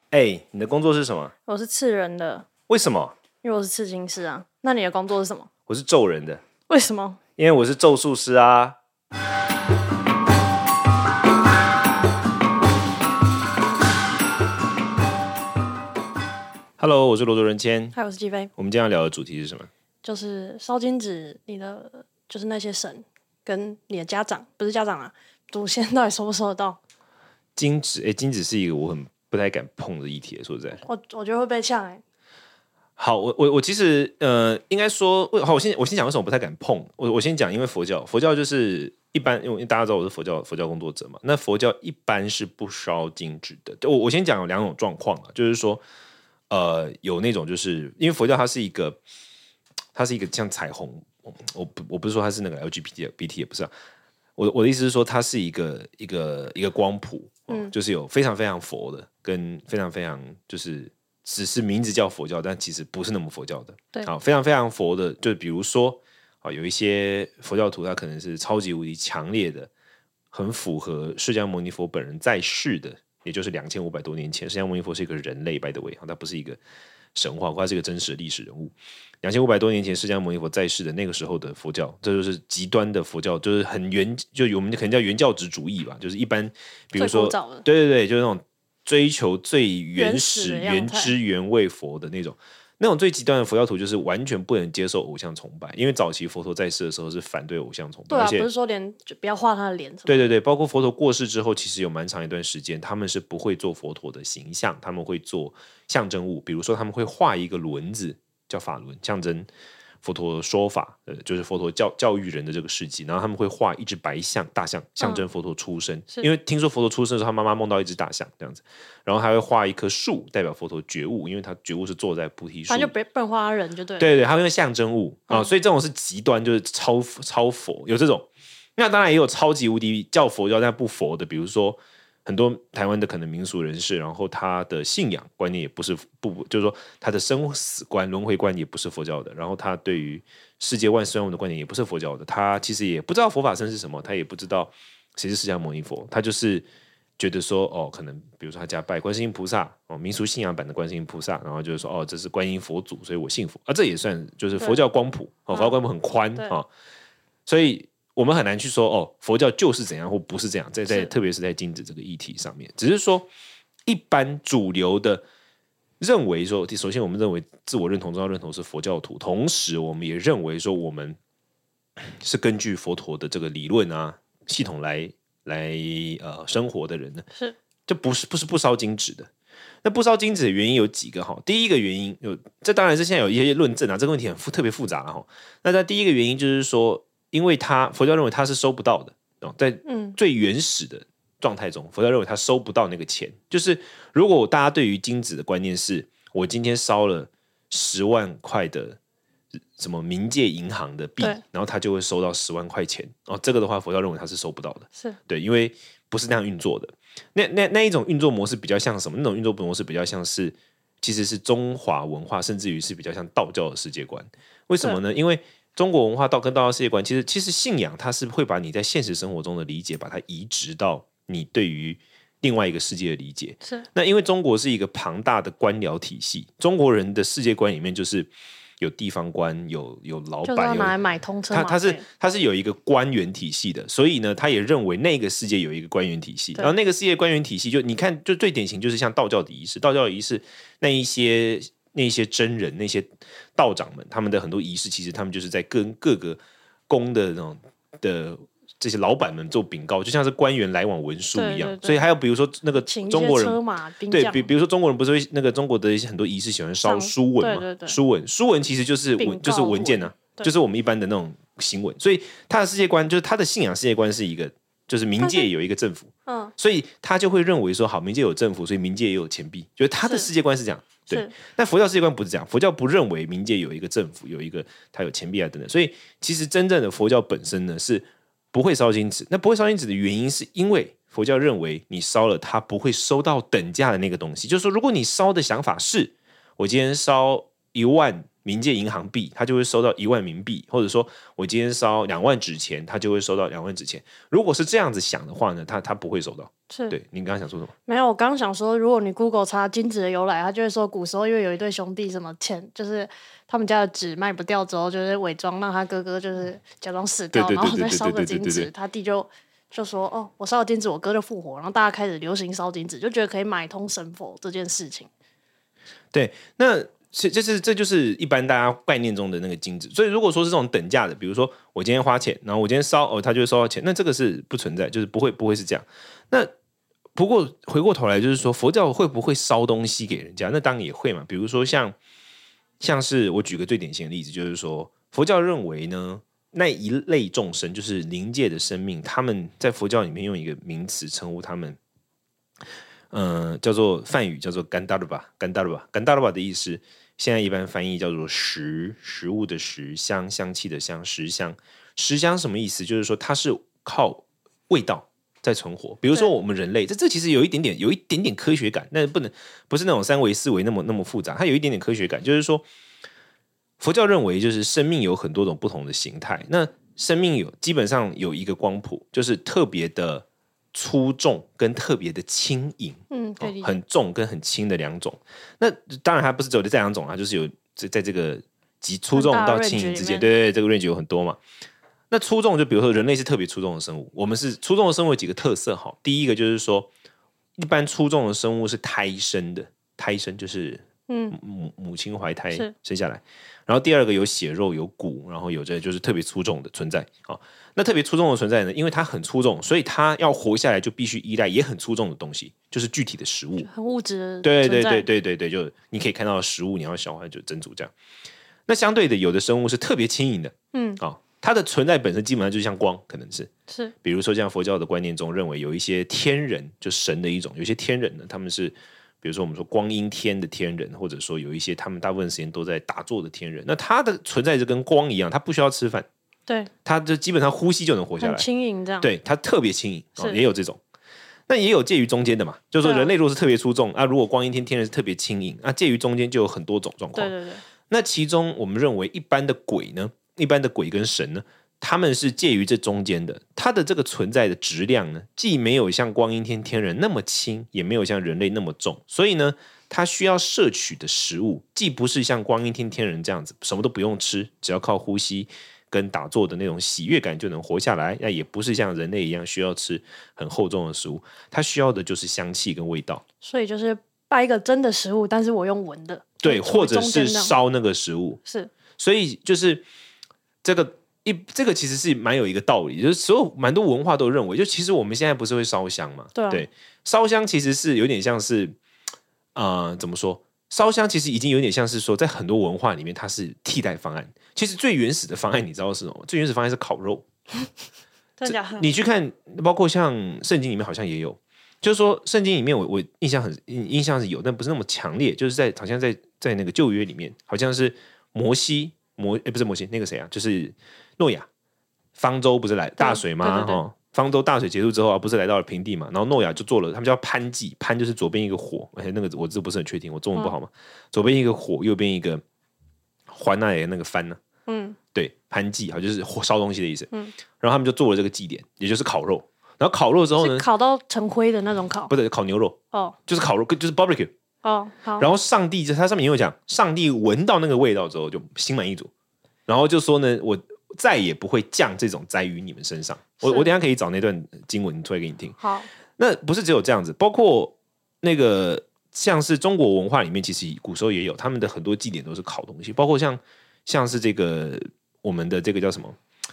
你的工作是什么？ 我是刺人的， 为什么？ 因为我是刺青师啊。那你的工作是什么？ 我是咒人的， 为什么？ 因为我是咒术师啊。Hello， 我是罗卓人谦。 还有我是鸡飞。 我们今天要聊的主题是什么？ 就是烧金纸，你的就是那些神跟你的家长，不是家长啊，祖先到底收不收得到？ 金纸，金纸是一个我很不太敢碰的议题。说实在， 我觉得会被呛好，我其实应该说，好，我先讲为什么不太敢碰。我先讲，因为佛教就是一般，因为大家知道我是佛教工作者嘛，那佛教一般是不烧金纸的。我先讲有两种状况啊，就是说，有那种就是因为佛教它是一个像彩虹，我不是说它是那个 LGBT 也不是啊。我的意思是说，它是一个光谱，就是有非常非常佛的，跟非常非常就是只是名字叫佛教，但其实不是那么佛教的。 对， 好，非常非常佛的，就比如说，有一些佛教徒，他可能是超级无敌强烈的，很符合释迦牟尼佛本人在世的，也就是2500多年前，释迦牟尼佛是一个人类 ，by the way， 他不是一个神话，他是一个真实的历史人物。2500多年前，释迦牟尼佛在世的那个时候的佛教，这就是极端的佛教，就是很就我们可能叫原教旨主义吧，就是一般，比如说，对，就是那种追求最原始、原汁原味佛的那种最极端的佛教徒，就是完全不能接受偶像崇拜，因为早期佛陀在世的时候是反对偶像崇拜， 对啊，不是说就不要画他的脸， 对，包括佛陀过世之后，其实有蛮长一段时间，他们是不会做佛陀的形象，他们会做象征物，比如说他们会画一个轮子。叫法轮，象征佛陀说法，就是佛陀教育人的这个事迹。然后他们会画一只白象、大象，象征佛陀出生。因为听说佛陀出生的时候，他妈妈梦到一只大象这样子。然后还会画一棵树，代表佛陀觉悟，因为他觉悟是坐在菩提树。 反正就不能画人就对了。 对，他用象征物啊，所以这种是极端，就是超佛，有这种。那当然也有超级无敌叫佛教但不佛的，比如说。很多台湾的可能民俗人士，然后他的信仰观念也不是就是说他的生死观、轮回观也不是佛教的，然后他对于世界万事万物的观点也不是佛教的，他其实也不知道佛法僧是什么，他也不知道谁是释迦牟尼佛，他就是觉得说可能比如说他家拜观世音菩萨民俗信仰版的观世音菩萨，然后就是说这是观音佛祖，所以我信佛这也算就是佛教光谱佛教光谱很宽所以。我们很难去说佛教就是怎样或不是这样，特别是在金子这个议题上面，只是说一般主流的认为说，首先我们认为自我认同、宗教认同是佛教徒，同时我们也认为说我们是根据佛陀的这个理论系统来生活的人呢， 是就不是不烧金纸的。那不烧金纸的原因有几个哈？第一个原因这当然是现在有一些论证这个问题特别复杂了哈。那第一个原因就是说。因为佛教认为他是收不到的在最原始的状态中，佛教认为他收不到那个钱。就是如果大家对于金子的观念是，我今天烧了10万块的什么冥界银行的币，然后他就会收到10万块钱。这个的话，佛教认为他是收不到的， 是对， 因为不是那样运作的。那一种运作模式比较像什么？那种运作模式比较像是，其实是中华文化，甚至于是比较像道教的世界观。为什么呢？因为中国文化跟道教世界观，其实信仰它是会把你在现实生活中的理解，把它移植到你对于另外一个世界的理解。 是那因为中国是一个庞大的官僚体系，中国人的世界观里面就是有地方官，有老板， 就是拿来买通车， 他是有一个官员体系的，所以呢，他也认为那个世界有一个官员体系，然后那个世界官员体系就你看，就最典型就是像道教的仪式，道教的仪式那一些真人、那些道长们，他们的很多仪式，其实他们就是在跟各个宫的那种的这些老板们做禀告，就像是官员来往文书一样。 对， 所以还有比如说那个中国人车马兵对，比如说中国人不是会那个中国的一些很多仪式喜欢烧书文嘛？ 对书文其实就是文件啊，就是我们一般的那种行文。所以他的世界观就是他的信仰世界观是一个。就是冥界有一个政府，所以他就会认为说，好，冥界有政府，所以冥界也有钱币，就是他的世界观是这样。对，但佛教世界观不是这样，佛教不认为冥界有一个政府，有一个他有钱币等等，所以其实真正的佛教本身呢是不会烧金纸。那不会烧金纸的原因是因为佛教认为你烧了，它不会收到等价的那个东西，就是说，如果你烧的想法是我今天烧1万冥界银行币，他就会收到1万冥币，或者说我今天烧2万纸钱，他就会收到2万纸钱。如果是这样子想的话呢，他不会收到。 是对，你刚刚想说什么？ 没有，我刚刚想说，如果你 Google 查金纸的由来，他就会说古时候因为有一对兄弟什么钱，就是他们家的纸卖不掉之后，就是伪装让他哥哥就是假装死掉，然后再烧个金纸，他弟就说哦，我烧了金纸，我哥就复活，然后大家开始流行烧金纸，就觉得可以买通神佛这件事情。 对，那这就是一般大家概念中的那个金纸。所以如果说是这种等价的，比如说我今天花钱，然后我今天烧他就会收到钱，那这个是不存在，就是不会是这样。那不过回过头来就是说，佛教会不会烧东西给人家？那当然也会嘛。比如说像是我举个最典型的例子，就是说佛教认为呢，那一类众生就是灵界的生命，他们在佛教里面用一个名词称呼他们，叫做梵语叫做甘达鲁巴的意思，现在一般翻译叫做食物的食，香气的香，食香。食香什么意思？就是说它是靠味道在存活。比如说我们人类，这其实有一点点科学感，但不是那种3维4维那么复杂，它有一点点科学感，就是说佛教认为就是生命有很多种不同的形态，那生命基本上有一个光谱，就是特别的粗重跟特别的轻盈，很重跟很轻的2种。那当然它不是只有这2种，它就是有在这个极粗重到轻盈之间，对，这个 range 有很多嘛。那粗重就比如说人类是特别粗重的生物，我们是粗重的生物有几个特色哈。第一个就是说，一般粗重的生物是胎生的，胎生就是母亲怀胎生下来。然后第二个有血肉有骨，然后有着就是特别粗重的存在啊。那特别粗重的存在呢，因为它很粗重，所以它要活下来就必须依赖也很粗重的东西，就是具体的食物， 很物质的存在。 对，就你可以看到的食物，你要消化就蒸煮这样。那相对的，有的生物是特别轻盈的，它的存在本身基本上就像光，可能是，比如说像佛教的观念中认为有一些天人，就神的一种，有一些天人呢，他们是比如说我们说光阴天的天人，或者说有一些他们大部分时间都在打坐的天人，那他的存在就跟光一样，他不需要吃饭， 对， 他就基本上呼吸就能活下来， 很轻盈这样， 对，他特别轻盈，也有这种。那也有介于中间的嘛，就是说人类如果是特别出众如果光阴天天人是特别轻盈介于中间就有很多种状况。 对。 那其中我们认为一般的鬼跟神呢，他们是介于这中间的，它的这个存在的质量呢，既没有像光阴天天人那么轻，也没有像人类那么重，所以呢，它需要摄取的食物既不是像光阴天天人这样子什么都不用吃，只要靠呼吸跟打坐的那种喜悦感就能活下来，那也不是像人类一样需要吃很厚重的食物，它需要的就是香气跟味道。 所以就是拜一个真的食物，但是我用闻的， 对，或者是烧那个食物， 是。 所以就是这个其实是蛮有一个道理，就是所有蛮多文化都认为，就其实我们现在不是会烧香嘛，对，烧香其实是有点像是怎么说？烧香其实已经有点像是说，在很多文化里面，它是替代方案。其实最原始的方案，你知道是什么？最原始方案是烤肉。 真的假的？ 你去看，包括像圣经里面好像也有，就是说圣经里面我印象是有，但不是那么强烈。就是好像在那个旧约里面，好像是不是摩西，那个谁啊，就是诺亚方舟不是来大水吗？ 对方舟大水结束之后不是来到了平地嘛？然后诺亚就做了，他们叫攀祭，攀就是左边一个火，那个我这不是很确定，我中文不好嘛。左边一个火，右边一个环那里的那个帆呢？对，攀祭好就是火烧东西的意思。然后他们就做了这个祭典，也就是烤肉。然后烤肉之后呢， 烤到成灰的那种烤， 不是烤牛肉就是烤肉，就是 barbecue 好。 然后上帝它上面也有讲，上帝闻到那个味道之后就心满意足，然后就说呢，我再也不会降这种灾于你们身上。我等一下可以找那段经文出来给你听。 好， 那不是只有这样子，包括那个像是中国文化里面，其实古时候也有他们的很多祭典都是烤东西，包括像是这个我们的这个叫什么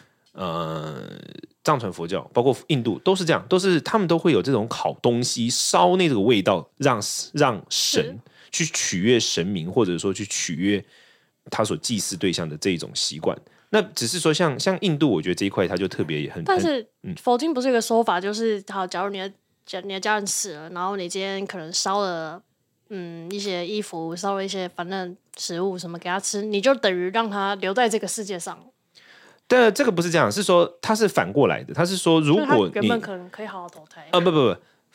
藏传佛教，包括印度都是这样，他们都会有这种烤东西烧那个味道，让神去取悦神明，或者说去取悦他所祭祀对象的这一种习惯。那只是说像印度，我觉得这一块它就特别但是佛经不是有个说法，就是好，假如你的家人死了，然后你今天可能烧了一些衣服，烧了一些反正食物什么给他吃，你就等于让他留在这个世界上。 但这个不是这样，是说它是反过来的，它是说如果你原本可能可以好好投胎不，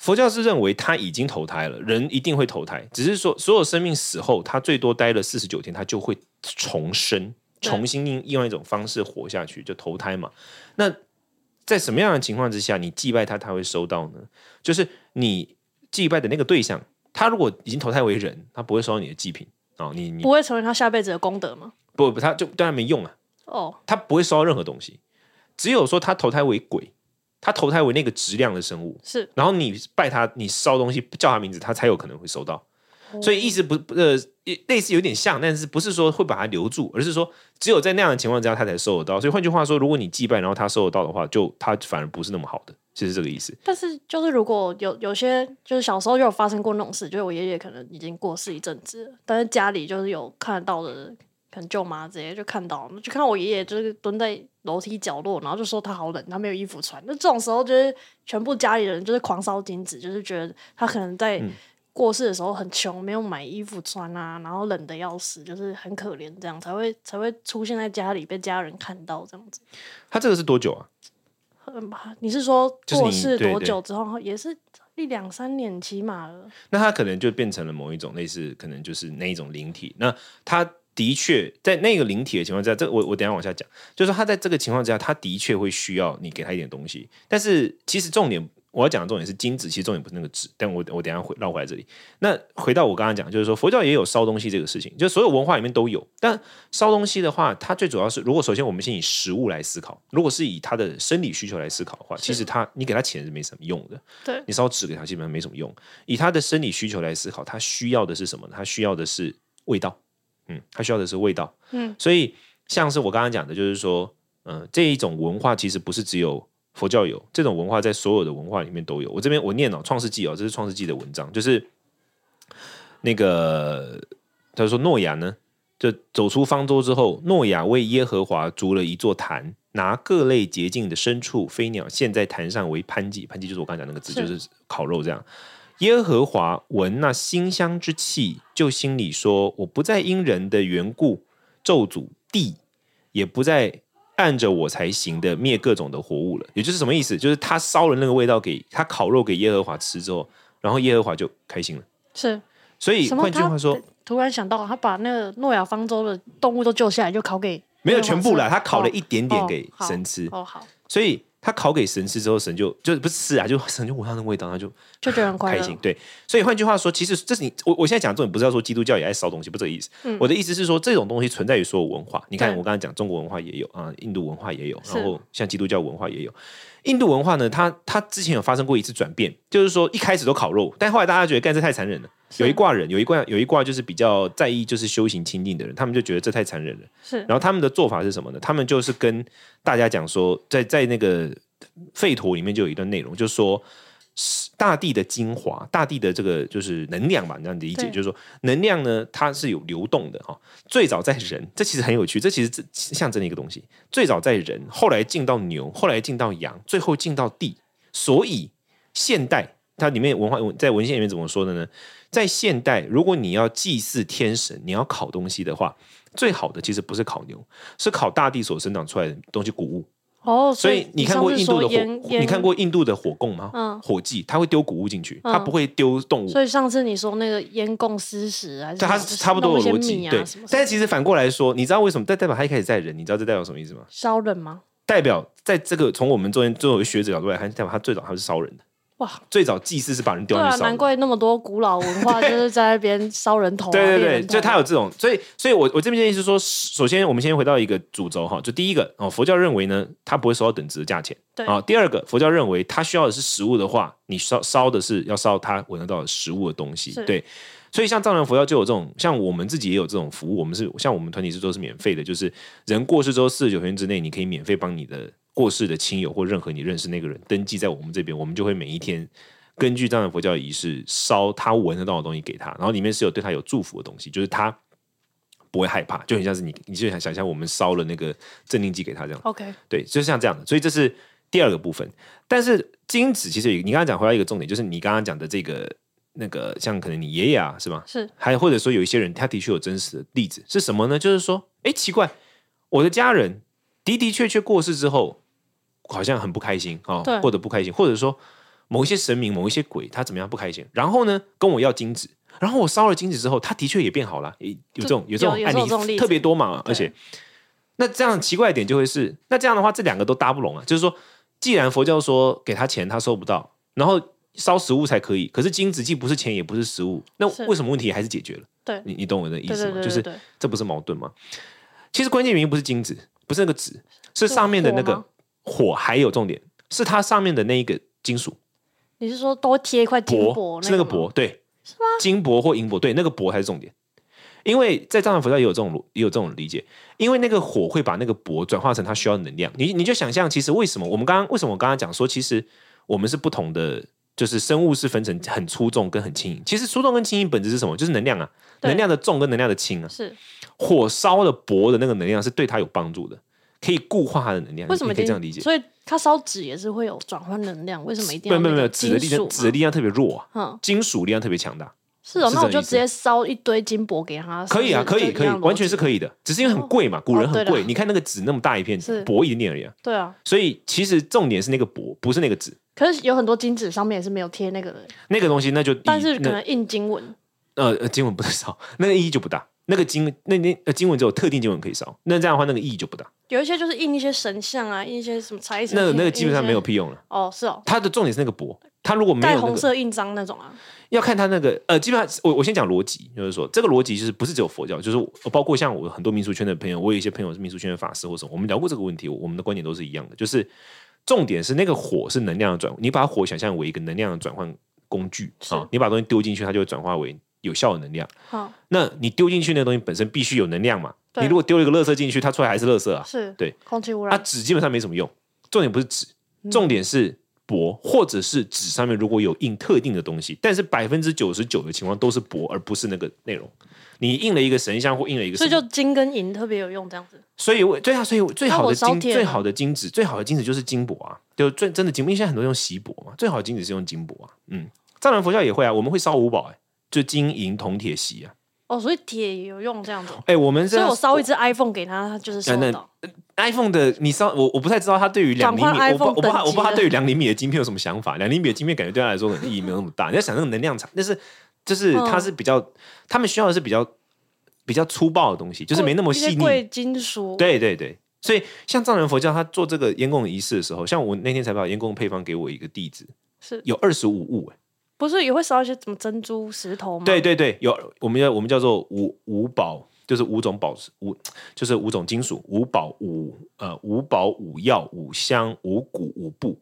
佛教是认为他已经投胎了，人一定会投胎，只是说所有生命死后，他最多待了49天，他就会重生，重新用另外一种方式活下去，就投胎嘛。那在什么样的情况之下，你祭拜他，他会收到呢？就是你祭拜的那个对象，他如果已经投胎为人，他不会收到你的祭品哦，你不会成为他下辈子的功德吗？ 不，他就对他没用啊。 哦， 他不会收到任何东西，只有说他投胎为鬼。他投胎为那个质量的生物， 是， 然后你拜他，你烧东西叫他名字，他才有可能会收到。所以意思类似有点像，但是不是说会把他留住，而是说只有在那样的情况之下他才收得到。所以换句话说，如果你祭拜，然后他收得到的话，就他反而不是那么好的，就是这个意思。 但是就是如果有些就是小时候就有发生过那种事，就是我爷爷可能已经过世一阵子了，但是家里就是有看得到的。可能舅妈直接就看到，就看到我爷爷就是蹲在楼梯角落，然后就说他好冷，他没有衣服穿。那这种时候就是全部家里人就是狂烧金纸，就是觉得他可能在过世的时候很穷，没有买衣服穿啊，然后冷的要死，就是很可怜，这样才会出现在家里被家人看到这样子。 他这个是多久啊？ 你是说过世多久之后？对对，也是1-2-3年起码了。 那他可能就变成了某一种类似，可能就是那一种灵体。那他的确在那个灵体的情况之下，这个我等一下往下讲，就是说他在这个情况之下，他的确会需要你给他一点东西。但是其实重点我要讲的重点是金子，其实重点不是那个纸。但我等一下绕回来这里。那回到我刚刚讲，就是说佛教也有烧东西这个事情，就所有文化里面都有。但烧东西的话，它最主要是，如果首先我们先以食物来思考，如果是以他的生理需求来思考的话，其实你给他钱是没什么用的。 对， 你烧纸给他基本上没什么用。以他的生理需求来思考，他需要的是什么呢？他需要的是味道。他需要的是味道。所以像是我刚刚讲的，就是说，这一种文化其实不是只有佛教有，这种文化在所有的文化里面都有。我这边我念创世纪这是创世纪的文章，就是那个他说诺亚呢，就走出方舟之后，诺亚为耶和华筑了一座坛，拿各类洁净的牲畜、飞鸟献在坛上为燔祭。燔祭就是我刚才讲那个字，就是烤肉这样。耶和华闻那馨香之气，就心里说：我不再因人的缘故咒诅地，也不再按着我才行的灭各种的活物了。也就是什么意思？就是他烧了那个味道给他烤肉给耶和华吃之后，然后耶和华就开心了。 是， 所以换句话说， 突然想到，他把那个诺亚方舟的动物都救下来，就烤给没有全部啦，他烤了一点点给神吃。 好， 所以他烤给神吃之后，神就不是吃啊，就神就闻到那个味道，他就觉得很快乐开心。对，所以换句话说，其实这是我现在讲的重点，不是要说基督教也爱烧东西，不是这个意思。我的意思是说，这种东西存在于所有文化。你看，我刚才讲中国文化也有啊，印度文化也有，然后像基督教文化也有。印度文化呢，它之前有发生过一次转变，就是说一开始都烤肉，但后来大家觉得干这太残忍了。有一挂人，有一挂就是比较在意就是修行清净的人，他们就觉得这太残忍了。 是， 然后他们的做法是什么呢？他们就是跟大家讲说，在那个吠陀里面就有一段内容，就是说大地的精华，大地的这个就是能量吧，你这样理解，就是说能量呢，它是有流动的哈。最早在人，这其实很有趣，这其实象征的一个东西。最早在人，后来进到牛，后来进到羊，最后进到地。所以现代它里面在文献里面怎么说的呢？在现代，如果你要祭祀天神，你要烤东西的话，最好的其实不是烤牛，是烤大地所生长出来的东西，谷物。所以你看过印度的你看过印度的火供吗？火祭，它会丢谷物进去，它不会丢动物。 所以上次你说那个烟供施食，还是它差不多的逻辑，对。但是其实反过来说，你知道为什么？代表它一开始在人，你知道这代表什么意思吗？ 烧人吗？ 代表在这个从我们作为学者角度来看，代表它最早它是烧人的。哇！最早祭祀是把人丢进去烧， 难怪那么多古老文化就是在那边烧人头。 对，就它有这种，所以我这边建议是说，首先我们先回到一个主轴哈，就第一个佛教认为呢，它不会收到等值的价钱。 对第二个，佛教认为它需要的是食物的话，你烧的是要烧它闻得到的食物的东西。对，所以像藏传佛教就有这种，像我们自己也有这种服务，像我们团体都是免费的，就是人过世之后49天之内，你可以免费帮你的过世的亲友或任何你认识那个人登记在我们这边，我们就会每一天根据藏传佛教的仪式烧他闻得到的东西给他，然后里面是有对他有祝福的东西，就是他不会害怕，就很像是你就想象我们烧了那个镇定剂给他这样。 OK， 对，就像这样的，所以这是第二个部分。但是金子其实你刚刚讲回到一个重点，就是你刚刚讲的这个那个，像可能你爷爷啊，是吗？ 是， 还或者说有一些人，他的确有真实的例子是什么呢？就是说，奇怪，我的家人的确过世之后，好像很不开心啊，过得不开心，或者说某一些神明、某一些鬼，他怎么样不开心，然后呢跟我要金子，然后我烧了金子之后，他的确也变好了，有这种案例特别多嘛，而且那这样奇怪的点就会是，那这样的话这两个都搭不拢啊，就是说，既然佛教说给他钱他收不到，然后烧食物才可以，可是金子既不是钱也不是食物，那为什么问题还是解决了？ 对， 你懂我的意思吗？就是这不是矛盾吗？其实关键原因不是金子，不是那个纸，是上面的那个火，还有重点是它上面的那一个金属。 你是说都贴一块金箔？ 是那个箔，对， 是吗？ 金箔或银箔，对，那个箔才是重点。因为在藏传佛教也有这种理解，因为那个火会把那个箔转化成它需要的能量。你就想象，其实为什么我刚刚讲说，其实我们是不同的。就是生物是分成很粗重跟很轻盈，其实粗重跟轻盈本质是什么？就是能量啊，能量的重跟能量的轻啊。 是火烧了箔的那个能量是对它有帮助的，可以固化它的能量。 为什么你可以这样理解？ 所以它烧纸也是会有转换能量，为什么一定要？ 没有，纸的力量特别弱啊， 金属力量特别强大。 是哦，那我就直接烧一堆金箔给他。 可以啊，可以，完全是可以的。只是因为很贵嘛，古人很贵。你看那个纸那么大一片，薄一点点而已啊。 对啊， 所以其实重点是那个箔，不是那个纸。 可是有很多金纸上面也是没有贴那个的。 那个东西那就， 但是可能印经文。 经文不能烧，那个意义就不大。那个经文只有特定经文可以烧，那这样的话那个意义就不大。 有一些就是印一些神像啊，印一些什么财神， 那个基本上没有屁用了。 哦，是哦。 它的重点是那个箔，它如果没有带红色印章那种啊， 要看它那个基本上我先讲逻辑，就是说这个逻辑就是不是只有佛教，就是包括像我很多民俗圈的朋友，我有一些朋友是民俗圈的法师或什么，我们聊过这个问题，我们的观点都是一样的，就是重点是那个火是能量的转，你把火想象为一个能量的转换工具啊，你把东西丢进去，它就会转化为有效的能量。好，那你丢进去那个东西本身必须有能量嘛？你如果丢了一个垃圾进去，它出来还是垃圾啊？ 是， 对， 空气污染。 它纸基本上没什么用，重点不是纸，重点是箔，或者是纸上面如果有印特定的东西，但是99%的情况都是箔，而不是那个内容。你印了一个神像或印了一个， 所以就金跟银特别有用，这样子。 所以对啊，所以最好的金子就是金箔啊，就真的金，因为现在很多用锡箔嘛，最好的金子是用金箔啊。藏传佛教也会啊，我们会烧五宝，就金银铜铁锡啊。 哦，所以铁也有用这样子。 所以我烧一只 iPhone 给他，他就是收到。 iPhone 的你烧我不太知道他对于2厘米，我不知道他对于2厘米的晶片有什么想法。2厘米的晶片感觉对他来说可能意义没有那么大。你在想那个能量场，就是它是比较，他们需要的是比较粗暴的东西，就是没那么细腻。 贵金属。 对。所以像藏传佛教，他做这个烟供仪式的时候，像我那天才把烟供配方给我一个弟子， 是有 25物不是也会烧一些什么珍珠石头吗？ 对，有我们叫做五宝，就是5种宝石，就是5种金属，5宝5药5香5谷5布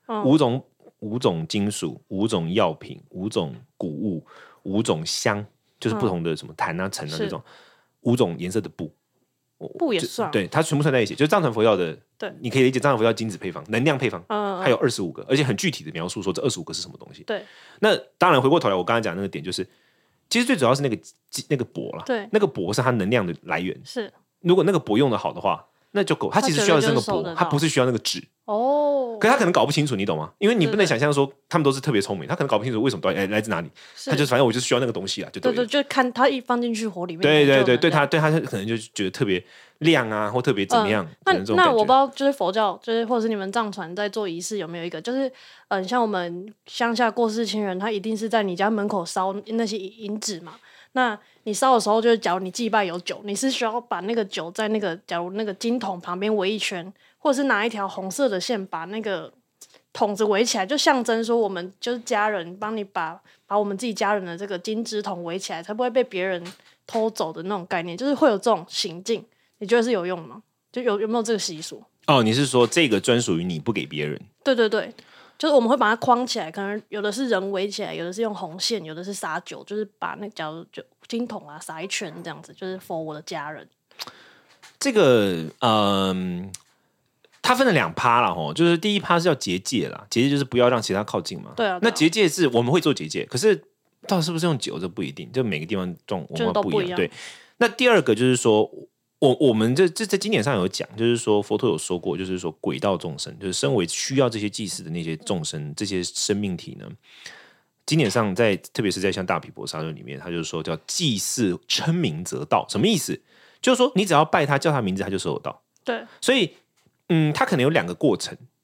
，5种金属5种药品5种谷物5种香，就是不同的什么檀啊橙啊这种5种颜色的布。 布也算， 对，它全部算在一起，就是藏传佛教的。 对， 你可以理解藏传佛教金子配方、能量配方，还有25个，而且很具体的描述说这25个是什么东西。 对， 那当然回过头来，我刚才讲那个点就是，其实最主要是那个箔啦。 对， 那个箔是它能量的来源。 是， 如果那个箔用的好的话，那就够。它其实需要的是那个箔，它不是需要那个纸。哦，可是他可能搞不清楚，你懂吗？因为你不能想象说他们都是特别聪明，他可能搞不清楚为什么到底来自哪里，他就反正我就是需要那个东西啦，就对， 就看他一放进去火里面， 对他可能就觉得特别亮啊，或特别怎么样。 那我不知道，就是佛教，就是或者是你们藏传在做仪式有没有一个，就是像我们乡下过世亲人，他一定是在你家门口烧那些银纸嘛。那你烧的时候，就是假如你祭拜有酒，你是需要把那个酒在那个假如那个金桶旁边围一圈。或者是拿一条红色的线把那个桶子围起来，就象征说我们就是家人，帮你把我们自己家人的这个金纸桶围起来，才不会被别人偷走的那种概念，就是会有这种行径。你觉得是有用吗？就有没有这个习俗？ 哦，你是说这个专属于你，不给别人？ 对，就是我们会把它框起来，可能有的是人围起来，有的是用红线，有的是撒酒，就是把那假如就金桶啊撒一圈这样子，就是 for 我的家人。 这个它分了2趴啦，就是第一趴是要结界啦，结界就是不要让其他靠近嘛。 对啊。 那结界是我们会做结界，可是到底是不是用酒这不一定，就每个地方文化不一样。对。那第二个就是说，我们这在经典上有讲，就是说佛陀有说过，就是说鬼道众生，就是身为需要这些祭祀的那些众生，这些生命体呢，经典上特别是在像大毗婆沙论里面，他就是说叫祭祀称名则到，什么意思？就是说你只要拜他叫他名字，他就收得到。 对。 所以它可能有2个过程。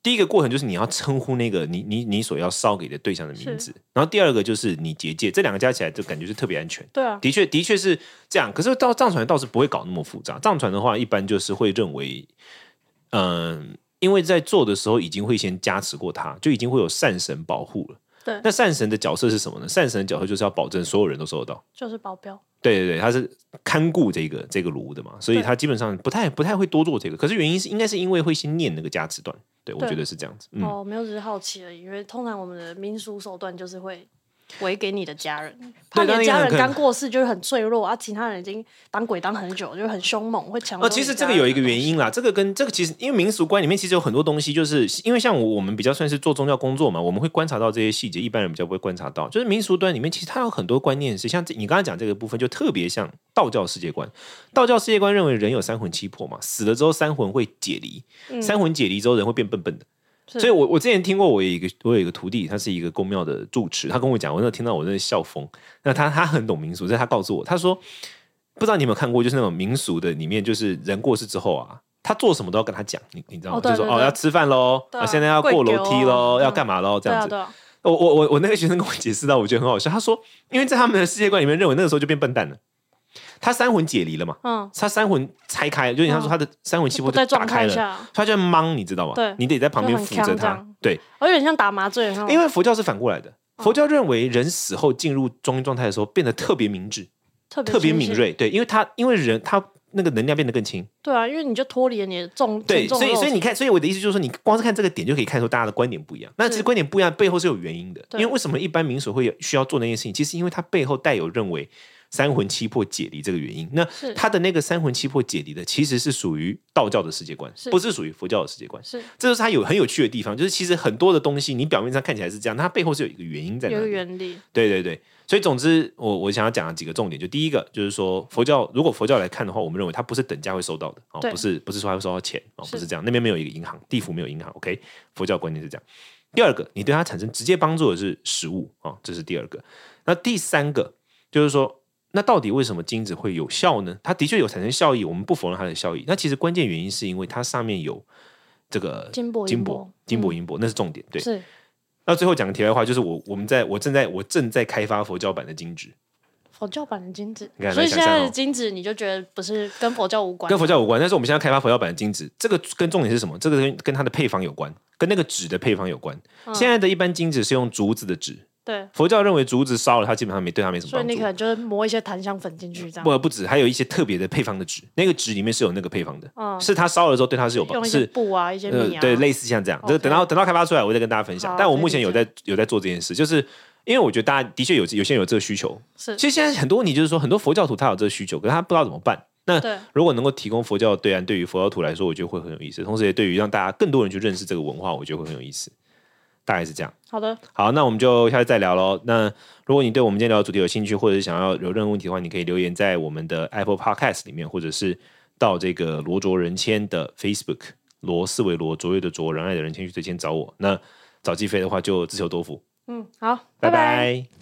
第一个过程就是你要称呼那个你所要烧给的对象的名字，然后第二个就是你结界，这两个加起来就感觉是特别安全。 对啊， 的确是这样。可是到藏传倒是不会搞那么复杂，藏传的话一般就是会认为，因为在做的时候已经会先加持过他，就已经会有善神保护了。 对， 那善神的角色是什么呢？善神的角色就是要保证所有人都收得到， 就是保镖。 对，他是看顾这个炉的嘛，所以他基本上不太会多做这个。可是原因应该是因为会先念那个加持段，对我觉得是这样子。 没有，只是好奇而已。因为通常我们的民俗手段就是会围给你的家人，怕你的家人刚过世就是很脆弱啊，其他人已经当鬼当很久，就很凶猛，会抢。 其实这个有一个原因啦，这个其实因为民俗观里面其实有很多东西，就是因为像我们比较算是做宗教工作嘛，我们会观察到这些细节，一般人比较不会观察到。就是民俗端里面其实它有很多观念是像你刚才讲这个部分，就特别像道教世界观。道教世界观认为人有三魂七魄嘛，死了之后三魂会解离，三魂解离之后人会变笨笨的。所以我之前听过，我有一个徒弟，他是一个宫庙的住持，他跟我讲，我那听到我真的笑疯。那他很懂民俗，所以他告诉我，他说不知道你有没有看过，就是那种民俗的里面，就是人过世之后啊，他做什么都要跟他讲，你知道吗？ 对就说要吃饭喽，现在要过楼梯喽，要干嘛喽，这样子。我那个学生跟我解释到，我觉得很好笑。他说，因为在他们的世界观里面，认为那个时候就变笨蛋了。他三魂解离了嘛？他三魂拆开，就像说他的三魂七魄就打开了，他就懵，你知道吗？ 对， 你得在旁边扶着他。对， 有点像打麻醉。 因为佛教是反过来的，佛教认为人死后进入中阴状态的时候，变得特别明智，特别敏锐。对，因为人他那个能量变得更轻。 对啊，因为你就脱离了你的重。 对，所以你看，所以我的意思就是说，你光是看这个点就可以看出大家的观点不一样。那其实观点不一样背后是有原因的，因为为什么一般民俗会需要做那件事情？其实因为它背后带有认为三魂七魄解离这个原因。那他的那个三魂七魄解离的，其实是属于道教的世界观，不是属于佛教的世界观。这就是它很有趣的地方，就是其实很多的东西，你表面上看起来是这样，它背后是有一个原因在那里， 有一个原理。 对。所以总之，我想要讲的几个重点，就第一个就是说，如果佛教来看的话，我们认为它不是等价会收到的，不是说它会收到钱，不是这样，那边没有一个银行，地府没有银行 ，OK， 佛教观念是这样。第二个，你对它产生直接帮助的是食物，这是第二个。那第三个就是说，那到底为什么金子会有效呢？它的确有产生效益，我们不否认它的效益。那其实关键原因是因为它上面有这个金箔银箔，那是重点。对， 是。 那最后讲个题外话，就是我正在开发佛教版的金纸。 佛教版的金纸，所以现在的金纸你就觉得不是跟佛教无关， 跟佛教无关。但是我们现在开发佛教版的金纸，这个跟重点是什么？这个跟它的配方有关，跟那个纸的配方有关。现在的一般金纸是用竹子的纸。 对， 佛教认为竹子烧了，它基本上对它没什么帮助， 所以你可能就是磨一些檀香粉进去这样。 不止，还有一些特别的配方的纸，那个纸里面是有那个配方的，是它烧了之后对它是有帮助， 用一些布啊，一些米啊， 对，类似像这样。等到开发出来，我再跟大家分享。但我目前有在做这件事，就是因为我觉得大家的确有些人有这个需求。 是， 其实现在很多问题就是说，很多佛教徒他有这个需求，可是他不知道怎么办。那如果能够提供佛教的对岸，对于佛教徒来说，我觉得会很有意思，同时也对于让大家更多人去认识这个文化，我觉得会很有意思。大概是这样。 好的， 好，那我们就下次再聊咯。那如果你对我们今天聊的主题有兴趣，或者是想要有任何问题的话，你可以留言在我们的 Apple Podcast 里面，或者是到这个罗卓人谦的 Facebook， 罗四维罗，卓越的卓，仁爱的人谦去最先找我。那找季飞的话就自求多福。 好， 拜拜。